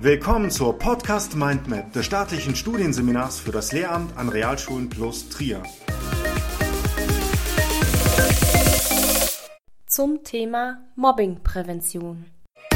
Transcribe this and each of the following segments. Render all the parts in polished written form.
Willkommen zur Podcast Mindmap des staatlichen Studienseminars für das Lehramt an Realschulen plus Trier. Zum Thema Mobbingprävention.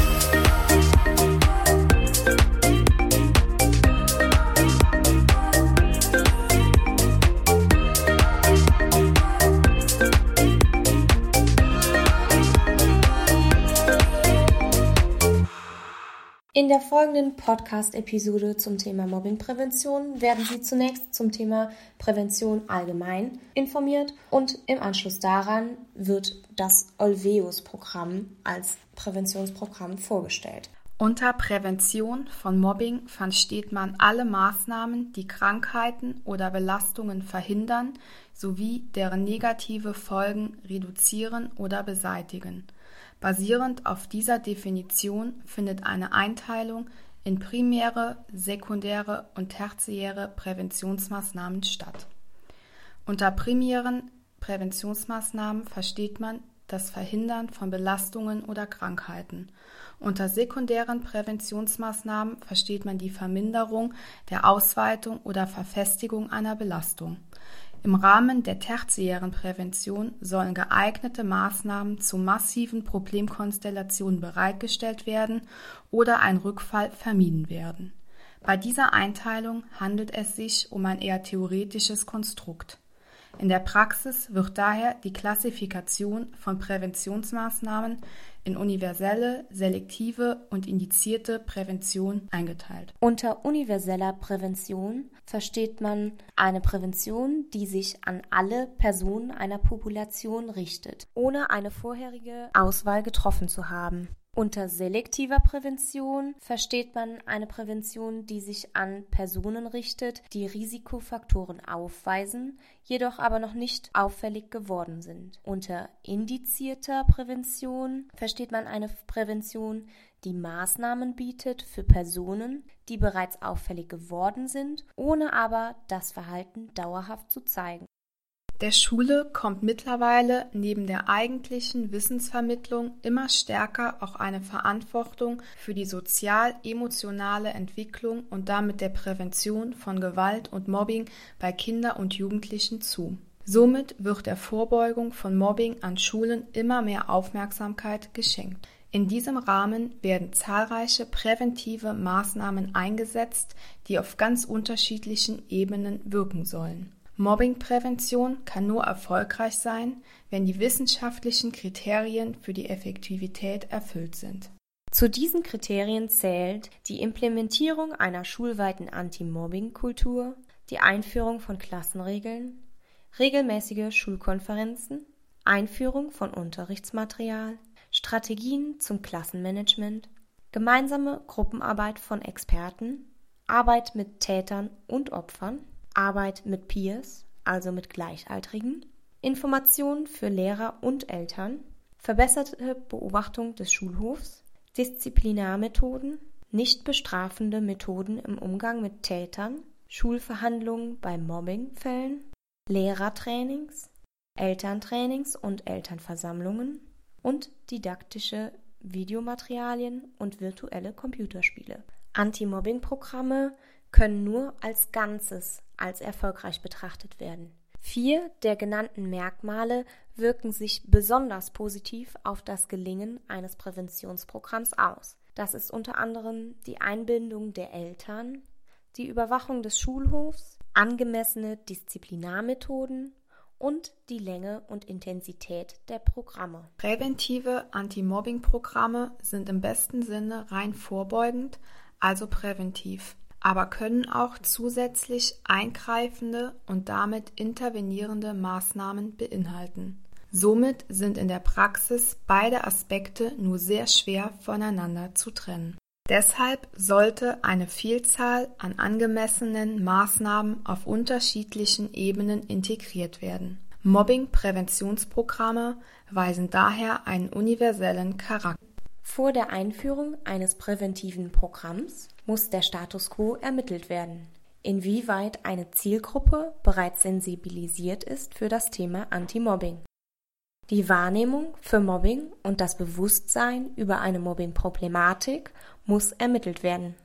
In der folgenden Podcast-Episode zum Thema Mobbingprävention werden Sie zunächst zum Thema Prävention allgemein informiert und im Anschluss daran wird das Olweus-Programm als Präventionsprogramm vorgestellt. Unter Prävention von Mobbing versteht man alle Maßnahmen, die Krankheiten oder Belastungen verhindern sowie deren negative Folgen reduzieren oder beseitigen. Basierend auf dieser Definition findet eine Einteilung in primäre, sekundäre und tertiäre Präventionsmaßnahmen statt. Unter primären Präventionsmaßnahmen versteht man das Verhindern von Belastungen oder Krankheiten. Unter sekundären Präventionsmaßnahmen versteht man die Verminderung der Ausweitung oder Verfestigung einer Belastung. Im Rahmen der tertiären Prävention sollen geeignete Maßnahmen zu massiven Problemkonstellationen bereitgestellt werden oder ein Rückfall vermieden werden. Bei dieser Einteilung handelt es sich um ein eher theoretisches Konstrukt. In der Praxis wird daher die Klassifikation von Präventionsmaßnahmen in universelle, selektive und indizierte Prävention eingeteilt. Unter universeller Prävention versteht man eine Prävention, die sich an alle Personen einer Population richtet, ohne eine vorherige Auswahl getroffen zu haben. Unter selektiver Prävention versteht man eine Prävention, die sich an Personen richtet, die Risikofaktoren aufweisen, jedoch aber noch nicht auffällig geworden sind. Unter indizierter Prävention versteht man eine Prävention, die Maßnahmen bietet für Personen, die bereits auffällig geworden sind, ohne aber das Verhalten dauerhaft zu zeigen. Der Schule kommt mittlerweile neben der eigentlichen Wissensvermittlung immer stärker auch eine Verantwortung für die sozial-emotionale Entwicklung und damit der Prävention von Gewalt und Mobbing bei Kindern und Jugendlichen zu. Somit wird der Vorbeugung von Mobbing an Schulen immer mehr Aufmerksamkeit geschenkt. In diesem Rahmen werden zahlreiche präventive Maßnahmen eingesetzt, die auf ganz unterschiedlichen Ebenen wirken sollen. Mobbingprävention kann nur erfolgreich sein, wenn die wissenschaftlichen Kriterien für die Effektivität erfüllt sind. Zu diesen Kriterien zählt die Implementierung einer schulweiten Anti-Mobbing-Kultur, die Einführung von Klassenregeln, regelmäßige Schulkonferenzen, Einführung von Unterrichtsmaterial, Strategien zum Klassenmanagement, gemeinsame Gruppenarbeit von Experten, Arbeit mit Tätern und Opfern, Arbeit mit Peers, also mit Gleichaltrigen, Informationen für Lehrer und Eltern, verbesserte Beobachtung des Schulhofs, Disziplinarmethoden, nicht bestrafende Methoden im Umgang mit Tätern, Schulverhandlungen bei Mobbingfällen, Lehrertrainings, Elterntrainings und Elternversammlungen und didaktische Videomaterialien und virtuelle Computerspiele. Anti-Mobbing-Programme können nur als Ganzes als erfolgreich betrachtet werden. 4 der genannten Merkmale wirken sich besonders positiv auf das Gelingen eines Präventionsprogramms aus. Das ist unter anderem die Einbindung der Eltern, die Überwachung des Schulhofs, angemessene Disziplinarmethoden und die Länge und Intensität der Programme. Präventive Anti-Mobbing-Programme sind im besten Sinne rein vorbeugend, also präventiv, aber können auch zusätzlich eingreifende und damit intervenierende Maßnahmen beinhalten. Somit sind in der Praxis beide Aspekte nur sehr schwer voneinander zu trennen. Deshalb sollte eine Vielzahl an angemessenen Maßnahmen auf unterschiedlichen Ebenen integriert werden. Mobbing-Präventionsprogramme weisen daher einen universellen Charakter. Vor der Einführung eines präventiven Programms muss der Status quo ermittelt werden, inwieweit eine Zielgruppe bereits sensibilisiert ist für das Thema Anti-Mobbing. Die Wahrnehmung für Mobbing und das Bewusstsein über eine Mobbing-Problematik muss ermittelt werden.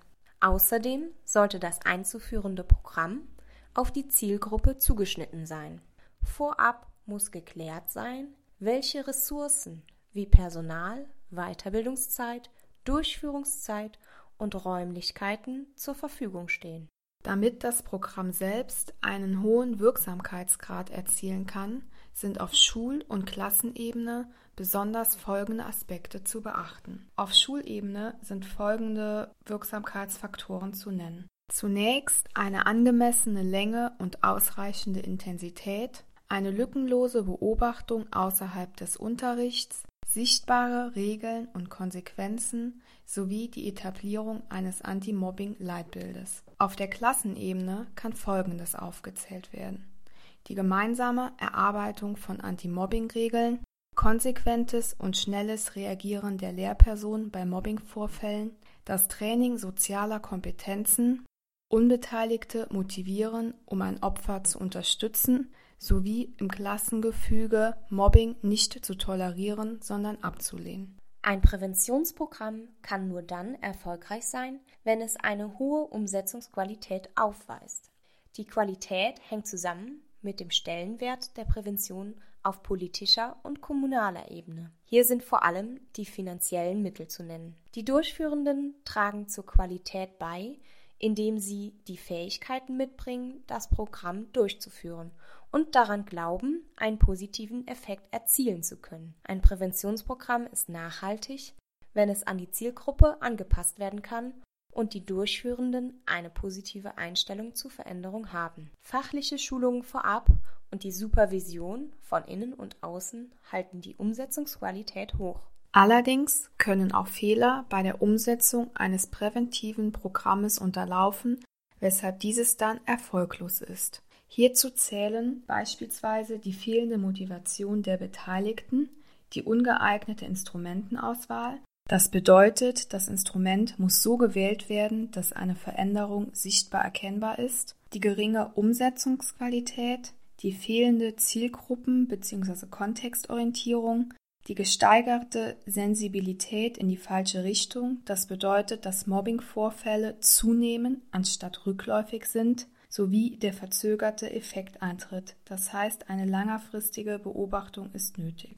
Außerdem sollte das einzuführende Programm auf die Zielgruppe zugeschnitten sein. Vorab muss geklärt sein, welche Ressourcen wie Personal, Weiterbildungszeit, Durchführungszeit und Räumlichkeiten zur Verfügung stehen. Damit das Programm selbst einen hohen Wirksamkeitsgrad erzielen kann, sind auf Schul- und Klassenebene besonders folgende Aspekte zu beachten. Auf Schulebene sind folgende Wirksamkeitsfaktoren zu nennen. Zunächst eine angemessene Länge und ausreichende Intensität, eine lückenlose Beobachtung außerhalb des Unterrichts, sichtbare Regeln und Konsequenzen sowie die Etablierung eines Anti-Mobbing-Leitbildes. Auf der Klassenebene kann Folgendes aufgezählt werden: die gemeinsame Erarbeitung von Anti-Mobbing-Regeln, konsequentes und schnelles Reagieren der Lehrperson bei Mobbingvorfällen, das Training sozialer Kompetenzen, Unbeteiligte motivieren, um ein Opfer zu unterstützen, sowie im Klassengefüge Mobbing nicht zu tolerieren, sondern abzulehnen. Ein Präventionsprogramm kann nur dann erfolgreich sein, wenn es eine hohe Umsetzungsqualität aufweist. Die Qualität hängt zusammen mit dem Stellenwert der Prävention auf politischer und kommunaler Ebene. Hier sind vor allem die finanziellen Mittel zu nennen. Die Durchführenden tragen zur Qualität bei, indem sie die Fähigkeiten mitbringen, das Programm durchzuführen und daran glauben, einen positiven Effekt erzielen zu können. Ein Präventionsprogramm ist nachhaltig, wenn es an die Zielgruppe angepasst werden kann und die Durchführenden eine positive Einstellung zur Veränderung haben. Fachliche Schulungen vorab und die Supervision von innen und außen halten die Umsetzungsqualität hoch. Allerdings können auch Fehler bei der Umsetzung eines präventiven Programmes unterlaufen, weshalb dieses dann erfolglos ist. Hierzu zählen beispielsweise die fehlende Motivation der Beteiligten, die ungeeignete Instrumentenauswahl. Das bedeutet, das Instrument muss so gewählt werden, dass eine Veränderung sichtbar erkennbar ist, die geringe Umsetzungsqualität, die fehlende Zielgruppen- bzw. Kontextorientierung, die gesteigerte Sensibilität in die falsche Richtung, das bedeutet, dass Mobbingvorfälle zunehmen anstatt rückläufig sind, sowie der verzögerte Effekt eintritt. Das heißt, eine längerfristige Beobachtung ist nötig.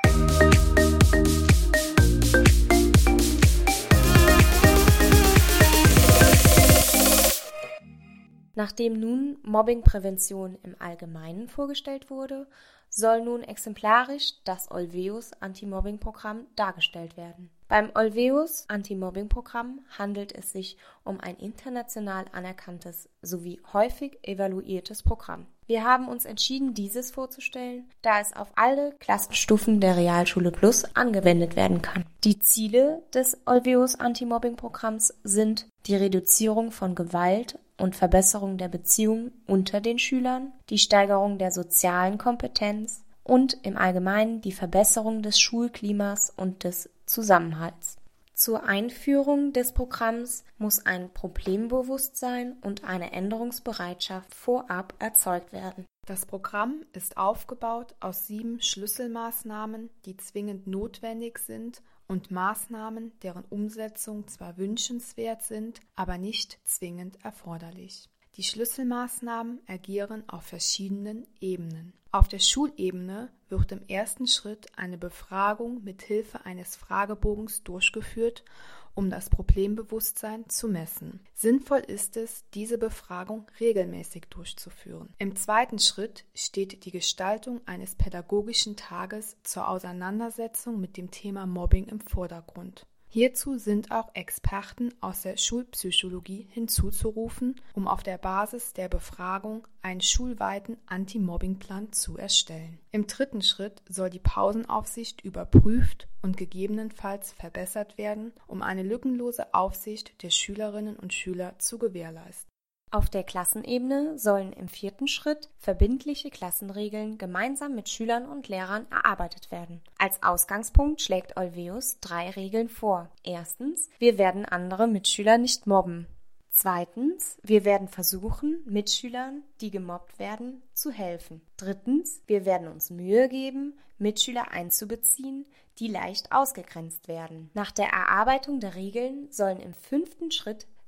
Nachdem nun Mobbingprävention im Allgemeinen vorgestellt wurde, soll nun exemplarisch das Olweus Anti-Mobbing-Programm dargestellt werden. Beim Olweus Anti-Mobbing-Programm handelt es sich um ein international anerkanntes sowie häufig evaluiertes Programm. Wir haben uns entschieden, dieses vorzustellen, da es auf alle Klassenstufen der Realschule Plus angewendet werden kann. Die Ziele des Olweus Anti-Mobbing-Programms sind die Reduzierung von Gewalt und Verbesserung der Beziehungen unter den Schülern, die Steigerung der sozialen Kompetenz und im Allgemeinen die Verbesserung des Schulklimas und des Zusammenhalts. Zur Einführung des Programms muss ein Problembewusstsein und eine Änderungsbereitschaft vorab erzeugt werden. Das Programm ist aufgebaut aus 7 Schlüsselmaßnahmen, die zwingend notwendig sind, und Maßnahmen, deren Umsetzung zwar wünschenswert sind, aber nicht zwingend erforderlich. Die Schlüsselmaßnahmen agieren auf verschiedenen Ebenen. Auf der Schulebene wird im ersten Schritt eine Befragung mit Hilfe eines Fragebogens durchgeführt, um das Problembewusstsein zu messen. Sinnvoll ist es, diese Befragung regelmäßig durchzuführen. Im zweiten Schritt steht die Gestaltung eines pädagogischen Tages zur Auseinandersetzung mit dem Thema Mobbing im Vordergrund. Hierzu sind auch Experten aus der Schulpsychologie hinzuzurufen, um auf der Basis der Befragung einen schulweiten Anti-Mobbing-Plan zu erstellen. Im dritten Schritt soll die Pausenaufsicht überprüft und gegebenenfalls verbessert werden, um eine lückenlose Aufsicht der Schülerinnen und Schüler zu gewährleisten. Auf der Klassenebene sollen im vierten Schritt verbindliche Klassenregeln gemeinsam mit Schülern und Lehrern erarbeitet werden. Als Ausgangspunkt schlägt Olweus 3 Regeln vor. Erstens, wir werden andere Mitschüler nicht mobben. Zweitens, wir werden versuchen, Mitschülern, die gemobbt werden, zu helfen. Drittens, wir werden uns Mühe geben, Mitschüler einzubeziehen, die leicht ausgegrenzt werden. Nach der Erarbeitung der Regeln sollen im 5. Schritt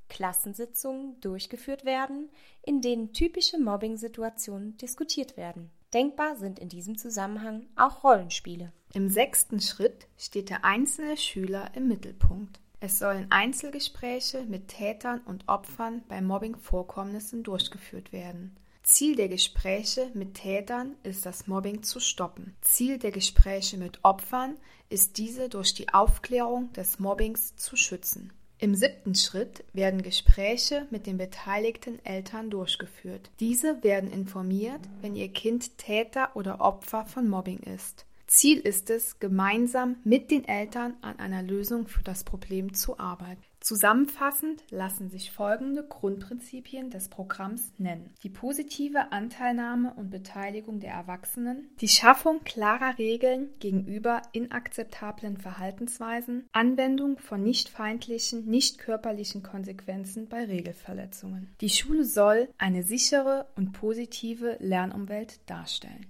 Klassensitzungen durchgeführt werden, in denen typische Mobbing-Situationen diskutiert werden. Denkbar sind in diesem Zusammenhang auch Rollenspiele. Im 6. Schritt steht der einzelne Schüler im Mittelpunkt. Es sollen Einzelgespräche mit Tätern und Opfern bei Mobbing-Vorkommnissen durchgeführt werden. Ziel der Gespräche mit Tätern ist, das Mobbing zu stoppen. Ziel der Gespräche mit Opfern ist, diese durch die Aufklärung des Mobbings zu schützen. Im 7. Schritt werden Gespräche mit den beteiligten Eltern durchgeführt. Diese werden informiert, wenn ihr Kind Täter oder Opfer von Mobbing ist. Ziel ist es, gemeinsam mit den Eltern an einer Lösung für das Problem zu arbeiten. Zusammenfassend lassen sich folgende Grundprinzipien des Programms nennen: die positive Anteilnahme und Beteiligung der Erwachsenen, die Schaffung klarer Regeln gegenüber inakzeptablen Verhaltensweisen, Anwendung von nicht feindlichen, nicht körperlichen Konsequenzen bei Regelverletzungen. Die Schule soll eine sichere und positive Lernumwelt darstellen.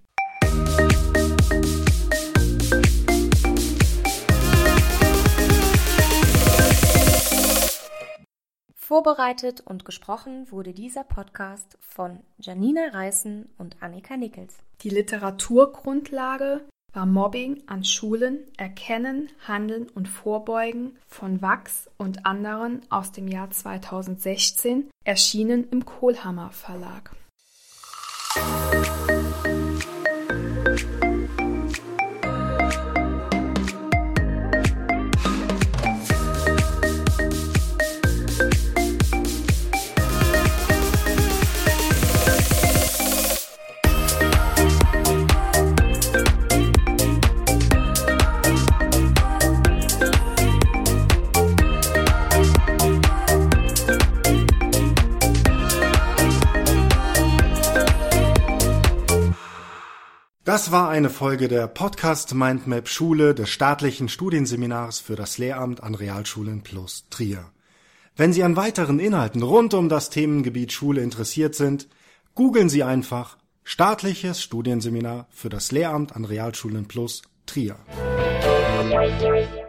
Vorbereitet und gesprochen wurde dieser Podcast von Janina Reißen und Annika Nickels. Die Literaturgrundlage war Mobbing an Schulen, Erkennen, Handeln und Vorbeugen von Wachs und anderen aus dem Jahr 2016, erschienen im Kohlhammer Verlag. Das war eine Folge der Podcast Mindmap Schule des staatlichen Studienseminars für das Lehramt an Realschulen plus Trier. Wenn Sie an weiteren Inhalten rund um das Themengebiet Schule interessiert sind, googeln Sie einfach Staatliches Studienseminar für das Lehramt an Realschulen plus Trier.